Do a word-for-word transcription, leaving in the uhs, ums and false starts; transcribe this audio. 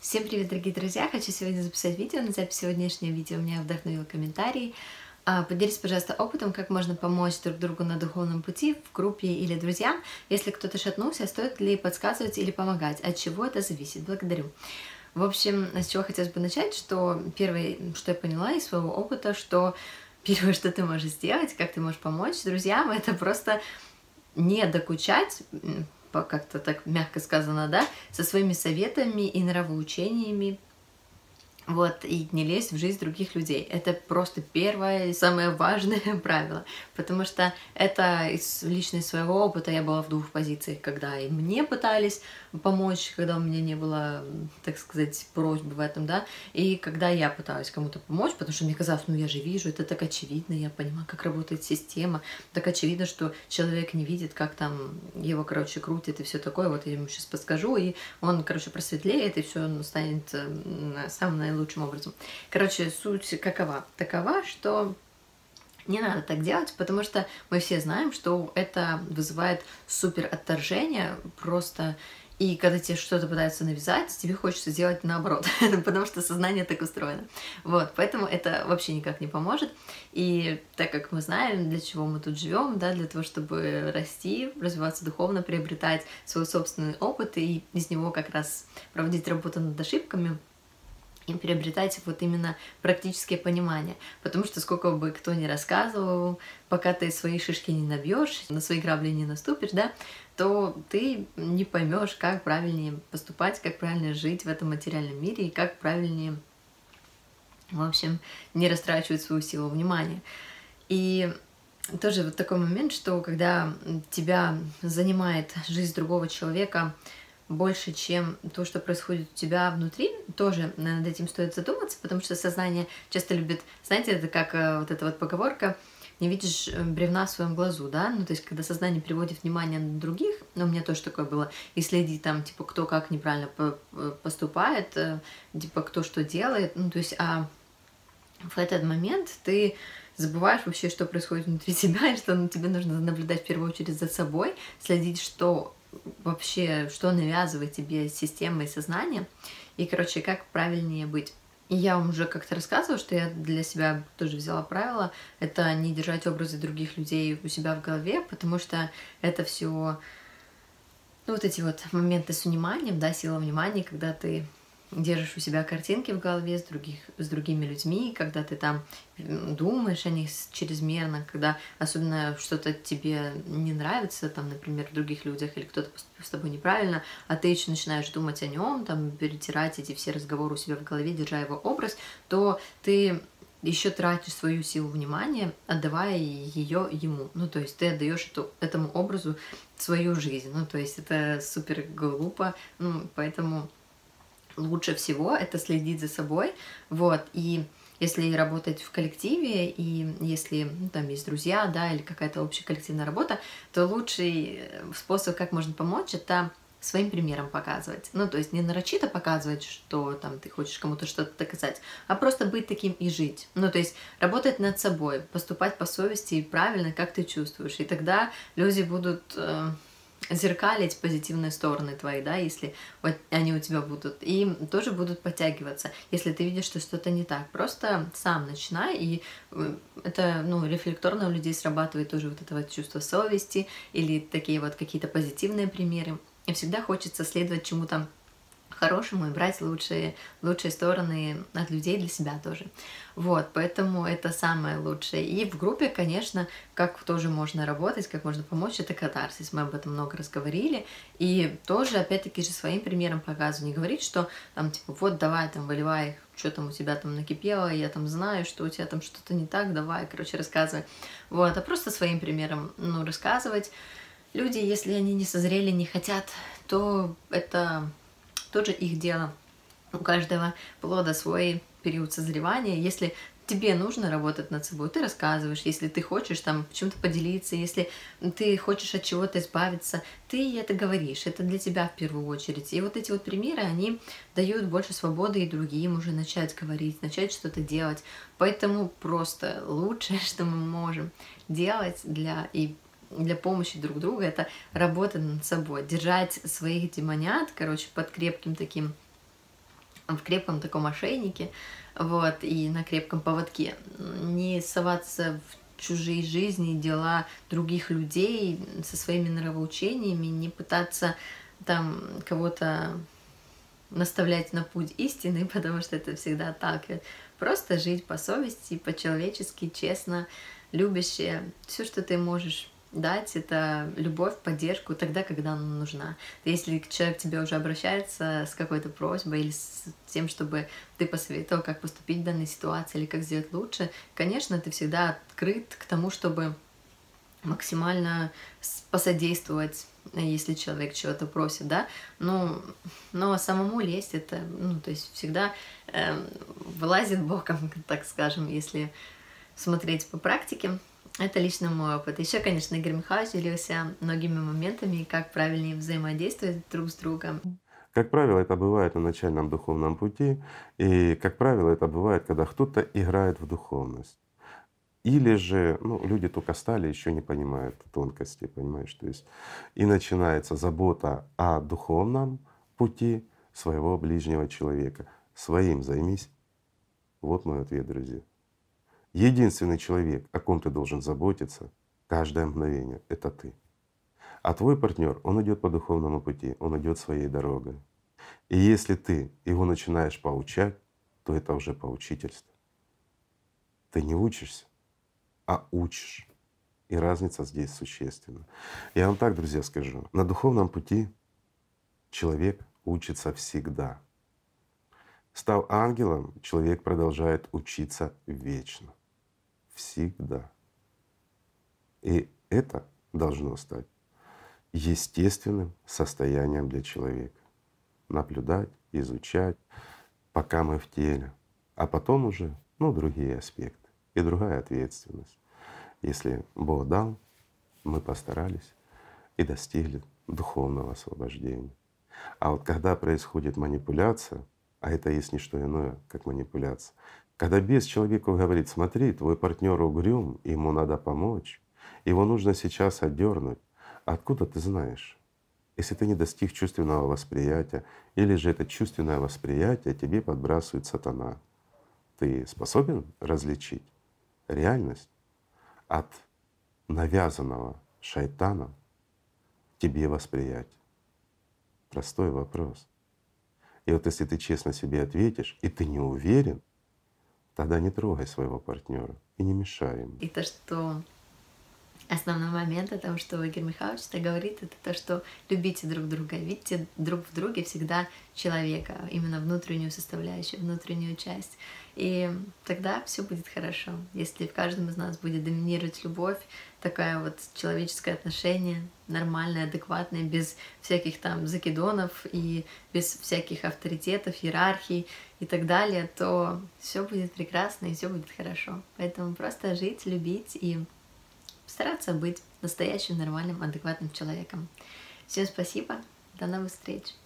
Всем привет, дорогие друзья! Хочу сегодня записать видео. На запись сегодняшнего видео меня вдохновил комментарий. А, Поделитесь, пожалуйста, опытом, как можно помочь друг другу на духовном пути в группе или друзьям. Если кто-то шатнулся, стоит ли подсказывать или помогать? От чего это зависит? Благодарю. В общем, с чего хотелось бы начать, что первое, что я поняла из своего опыта, что первое, что ты можешь сделать, как ты можешь помочь друзьям, это просто не докучать, как-то так мягко сказано, да, со своими советами и нравоучениями, вот, и не лезть в жизнь других людей. Это просто первое и самое важное правило, потому что это из лично из своего опыта. Я была в двух позициях, когда и мне пытались помочь, когда у меня не было, так сказать, просьбы в этом, да, и когда я пыталась кому-то помочь, потому что мне казалось, ну я же вижу, это так очевидно, я понимаю, как работает система, так очевидно, что человек не видит, как там его, короче, крутит и все такое, вот я ему сейчас подскажу, и он, короче, просветлеет, и все станет самым наилучшим образом. Короче, суть какова? Такова, что не надо так делать, потому что мы все знаем, что это вызывает супер отторжение просто. И когда тебе что-то пытаются навязать, тебе хочется сделать наоборот, потому что сознание так устроено. Вот, поэтому это вообще никак не поможет. И так как мы знаем, для чего мы тут живем, да, для того, чтобы расти, развиваться духовно, приобретать свой собственный опыт и из него как раз проводить работу над ошибками, и приобретать вот именно практическое понимание. Потому что сколько бы кто ни рассказывал, пока ты свои шишки не набьешь, на свои грабли не наступишь, да, то ты не поймешь, как правильнее поступать, как правильно жить в этом материальном мире и как правильнее, в общем, не растрачивать свою силу внимания. И тоже вот такой момент, что когда тебя занимает жизнь другого человека больше, чем то, что происходит у тебя внутри, тоже над этим стоит задуматься, потому что сознание часто любит, знаете, это как э, вот эта вот поговорка, не видишь бревна в своем глазу, да, ну, то есть, когда сознание приводит внимание на других, ну, у меня тоже такое было, и следить там, типа, кто как неправильно поступает, э, типа, кто что делает, ну, то есть, а в этот момент ты забываешь вообще, что происходит внутри тебя, и что ну, тебе нужно наблюдать в первую очередь за собой, следить, что вообще, что навязывает тебе система и сознание, и, короче, как правильнее быть. И я вам уже как-то рассказывала, что я для себя тоже взяла правило, это не держать образы других людей у себя в голове, потому что это все, ну, вот эти вот моменты с вниманием, да, сила внимания, когда ты держишь у себя картинки в голове с, других, с другими людьми, когда ты там думаешь о них чрезмерно, когда особенно что-то тебе не нравится, там, например, в других людях, или кто-то поступил с тобой неправильно, а ты еще начинаешь думать о нем, там, перетирать эти все разговоры у себя в голове, держа его образ, то ты еще тратишь свою силу внимания, отдавая ее ему. Ну, то есть ты отдаешь эту, этому образу свою жизнь. Ну, то есть это супер глупо, ну, поэтому лучше всего это следить за собой, вот, и если работать в коллективе, и если ну, там есть друзья, да, или какая-то общая коллективная работа, то лучший способ, как можно помочь, это своим примером показывать. Ну, то есть не нарочито показывать, что там ты хочешь кому-то что-то доказать, а просто быть таким и жить. Ну, то есть работать над собой, поступать по совести и правильно, как ты чувствуешь. И тогда люди будут э, зеркалить позитивные стороны твои, да, если вот они у тебя будут, и тоже будут подтягиваться, если ты видишь, что что-то не так. Просто сам начинай, и это, ну, рефлекторно у людей срабатывает тоже вот это вот чувство совести или такие вот какие-то позитивные примеры. И всегда хочется следовать чему-то хорошему и брать лучшие, лучшие стороны от людей для себя тоже. Вот, поэтому это самое лучшее. И в группе, конечно, как тоже можно работать, как можно помочь, это катарсис. Мы об этом много раз говорили. И тоже, опять-таки же, своим примером показываю. Не говорить, что там, типа, вот, давай, там, выливай, что там у тебя там накипело, я там знаю, что у тебя там что-то не так, давай, короче, рассказывай. Вот, а просто своим примером, ну, рассказывать. Люди, если они не созрели, не хотят, то это тоже их дело. У каждого плода свой период созревания. Если тебе нужно работать над собой, ты рассказываешь. Если ты хочешь там чем-то поделиться, если ты хочешь от чего-то избавиться, ты это говоришь. Это для тебя в первую очередь. И вот эти вот примеры, они дают больше свободы и другим уже начать говорить, начать что-то делать. Поэтому просто лучшее, что мы можем делать для и для помощи друг другу, это работа над собой, держать своих демонят, короче, под крепким таким в крепком таком ошейнике, вот, и на крепком поводке. Не соваться в чужие жизни, дела других людей со своими нравоучениями, не пытаться там кого-то наставлять на путь истины, потому что это всегда так. Просто жить по совести, по-человечески, честно, любяще. Все, что ты можешь дать, это любовь, поддержку тогда, когда она нужна. Если человек к тебе уже обращается с какой-то просьбой или с тем, чтобы ты посоветовал, как поступить в данной ситуации или как сделать лучше, конечно, ты всегда открыт к тому, чтобы максимально посодействовать, если человек чего-то просит, да, ну, но самому лезть это, ну, то есть всегда э, вылазит боком, так скажем, если смотреть по практике. Это лично мой опыт. Еще, конечно, Игорь Михайлович делился многими моментами, как правильнее взаимодействовать друг с другом. Как правило, это бывает на начальном духовном пути, и, как правило, это бывает, когда кто-то играет в духовность. Или же, ну, люди только стали, еще не понимают тонкости, понимаешь, то есть и начинается забота о духовном пути своего ближнего человека. Своим займись. Вот мой ответ, друзья. Единственный человек, о ком ты должен заботиться каждое мгновение, это ты. А твой партнер, он идет по духовному пути, он идет своей дорогой. И если ты его начинаешь поучать, то это уже поучительство. Ты не учишься, а учишь. И разница здесь существенна. Я вам так, друзья, скажу, на духовном пути человек учится всегда. Став ангелом, человек продолжает учиться вечно. Всегда. И это должно стать естественным состоянием для человека. Наблюдать, изучать, пока мы в теле, а потом уже, ну, другие аспекты и другая ответственность. Если Бог дал, мы постарались и достигли духовного освобождения. А вот когда происходит манипуляция, а это есть не что иное, как манипуляция, когда бес человеку говорит: смотри, твой партнер угрюм, ему надо помочь, его нужно сейчас отдернуть. Откуда ты знаешь? Если ты не достиг чувственного восприятия, или же это чувственное восприятие тебе подбрасывает сатана, ты способен различить реальность от навязанного шайтаном тебе восприятия? Простой вопрос. И вот если ты честно себе ответишь, и ты не уверен, тогда не трогай своего партнера и не мешай ему. И то, что основной момент о том, что Игорь Михайлович это говорит, это то, что любите друг друга, видите друг в друге всегда человека, именно внутреннюю составляющую, внутреннюю часть. И тогда все будет хорошо. Если в каждом из нас будет доминировать любовь, такая вот человеческое отношение, нормальное, адекватное, без всяких там закидонов и без всяких авторитетов, иерархий и так далее, то все будет прекрасно и все будет хорошо. Поэтому просто жить, любить и стараться быть настоящим, нормальным, адекватным человеком. Всем спасибо, до новых встреч!